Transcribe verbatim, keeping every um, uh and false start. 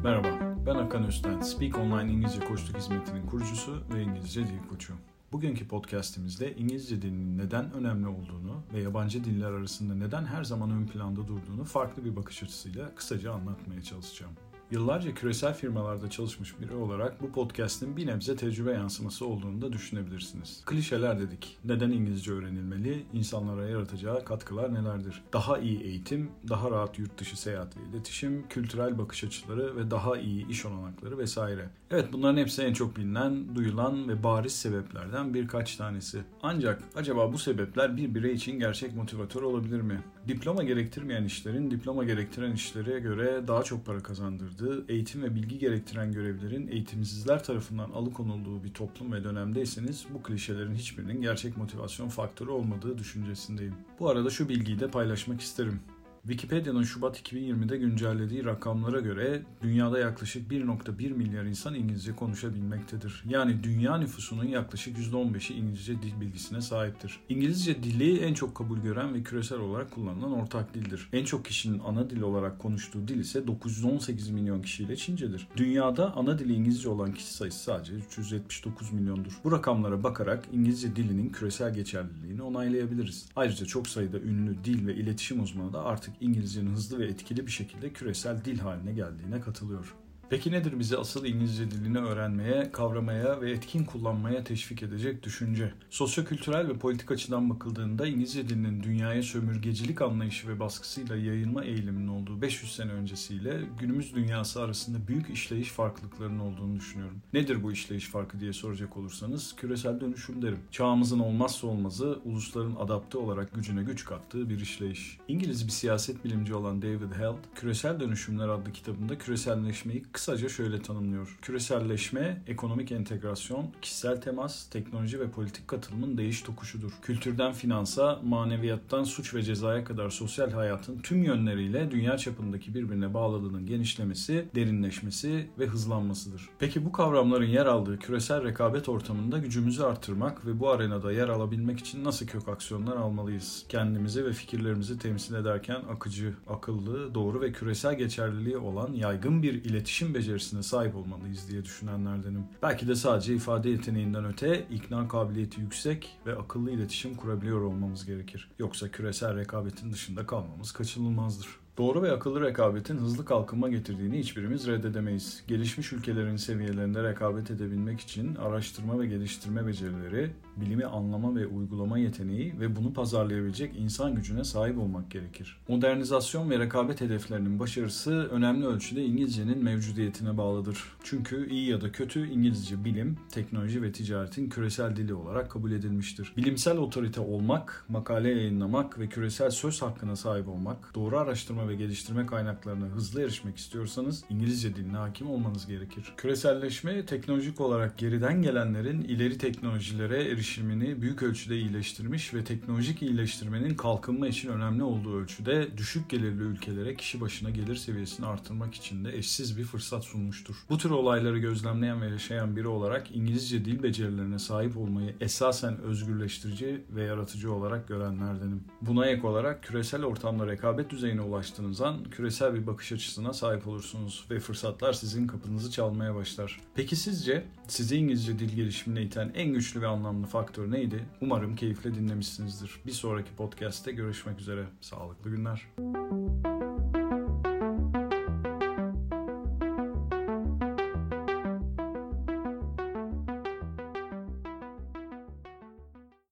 Merhaba, ben Hakan Özten. Speak Online İngilizce Koçluk Hizmeti'nin kurucusu ve İngilizce dil koçu. Bugünkü podcastimizde İngilizce dilinin neden önemli olduğunu ve yabancı diller arasında neden her zaman ön planda durduğunu farklı bir bakış açısıyla kısaca anlatmaya çalışacağım. Yıllarca küresel firmalarda çalışmış biri olarak bu podcast'in bir nebze tecrübe yansıması olduğunu da düşünebilirsiniz. Klişeler dedik. Neden İngilizce öğrenilmeli? İnsanlara yaratacağı katkılar nelerdir? Daha iyi eğitim, daha rahat yurt dışı seyahat ve iletişim, kültürel bakış açıları ve daha iyi iş olanakları vesaire. Evet, bunların hepsi en çok bilinen, duyulan ve bariz sebeplerden birkaç tanesi. Ancak acaba bu sebepler bir birey için gerçek motivatör olabilir mi? Diploma gerektirmeyen işlerin diploma gerektiren işlere göre daha çok para kazandırdığı, eğitim ve bilgi gerektiren görevlerin eğitimsizler tarafından alıkonulduğu bir toplum ve dönemdeyseniz bu klişelerin hiçbirinin gerçek motivasyon faktörü olmadığı düşüncesindeyim. Bu arada şu bilgiyi de paylaşmak isterim. Wikipedia'nın Şubat iki bin yirmide güncellediği rakamlara göre dünyada yaklaşık bir virgül bir milyar insan İngilizce konuşabilmektedir. Yani dünya nüfusunun yaklaşık yüzde on beşi İngilizce dil bilgisine sahiptir. İngilizce dili en çok kabul gören ve küresel olarak kullanılan ortak dildir. En çok kişinin ana dil olarak konuştuğu dil ise dokuz yüz on sekiz milyon kişiyle Çincedir. Dünyada ana dili İngilizce olan kişi sayısı sadece üç yüz yetmiş dokuz milyondur. Bu rakamlara bakarak İngilizce dilinin küresel geçerliliğini onaylayabiliriz. Ayrıca çok sayıda ünlü dil ve iletişim uzmanı da artık İngilizcenin hızlı ve etkili bir şekilde küresel dil haline geldiğine katılıyor. Peki nedir bizi asıl İngilizce dilini öğrenmeye, kavramaya ve etkin kullanmaya teşvik edecek düşünce? Sosyokültürel ve politik açıdan bakıldığında İngilizce dilinin dünyaya sömürgecilik anlayışı ve baskısıyla yayılma eğiliminin olduğu beş yüz sene öncesiyle günümüz dünyası arasında büyük işleyiş farklılıklarının olduğunu düşünüyorum. Nedir bu işleyiş farkı diye soracak olursanız küresel dönüşüm derim. Çağımızın olmazsa olmazı ulusların adapte olarak gücüne güç kattığı bir işleyiş. İngiliz bir siyaset bilimci olan David Held, Küresel Dönüşümler adlı kitabında küreselleşmeyi kısaca şöyle tanımlıyor. Küreselleşme, ekonomik entegrasyon, kişisel temas, teknoloji ve politik katılımın değiş tokuşudur. Kültürden finansa, maneviyattan suç ve cezaya kadar sosyal hayatın tüm yönleriyle dünya çapındaki birbirine bağlılığının genişlemesi, derinleşmesi ve hızlanmasıdır. Peki bu kavramların yer aldığı küresel rekabet ortamında gücümüzü artırmak ve bu arenada yer alabilmek için nasıl kök aksiyonlar almalıyız? Kendimizi ve fikirlerimizi temsil ederken akıcı, akıllı, doğru ve küresel geçerliliği olan yaygın bir iletişim becerisine sahip olmalıyız diye düşünenlerdenim. Belki de sadece ifade yeteneğinden öte ikna kabiliyeti yüksek ve akıllı iletişim kurabiliyor olmamız gerekir. Yoksa küresel rekabetin dışında kalmamız kaçınılmazdır. Doğru ve akıllı rekabetin hızlı kalkınma getirdiğini hiçbirimiz reddedemeyiz. Gelişmiş ülkelerin seviyelerinde rekabet edebilmek için araştırma ve geliştirme becerileri, bilimi anlama ve uygulama yeteneği ve bunu pazarlayabilecek insan gücüne sahip olmak gerekir. Modernizasyon ve rekabet hedeflerinin başarısı önemli ölçüde İngilizcenin mevcudiyetine bağlıdır. Çünkü iyi ya da kötü İngilizce bilim, teknoloji ve ticaretin küresel dili olarak kabul edilmiştir. Bilimsel otorite olmak, makale yayınlamak ve küresel söz hakkına sahip olmak, doğru araştırma ve geliştirme kaynaklarına hızlı erişmek istiyorsanız İngilizce diline hakim olmanız gerekir. Küreselleşme, teknolojik olarak geriden gelenlerin ileri teknolojilere erişimini büyük ölçüde iyileştirmiş ve teknolojik iyileştirmenin kalkınma için önemli olduğu ölçüde düşük gelirli ülkelere kişi başına gelir seviyesini artırmak için de eşsiz bir fırsat sunmuştur. Bu tür olayları gözlemleyen ve yaşayan biri olarak İngilizce dil becerilerine sahip olmayı esasen özgürleştirici ve yaratıcı olarak görenlerdenim. Buna ek olarak küresel ortamda rekabet düzeyine ulaştığınız an küresel bir bakış açısına sahip olursunuz ve fırsatlar sizin kapınızı çalmaya başlar. Peki sizce sizi İngilizce dil gelişimine iten en güçlü ve anlamlı faktör neydi? Umarım keyifle dinlemişsinizdir. Bir sonraki podcast'te görüşmek üzere. Sağlıklı günler.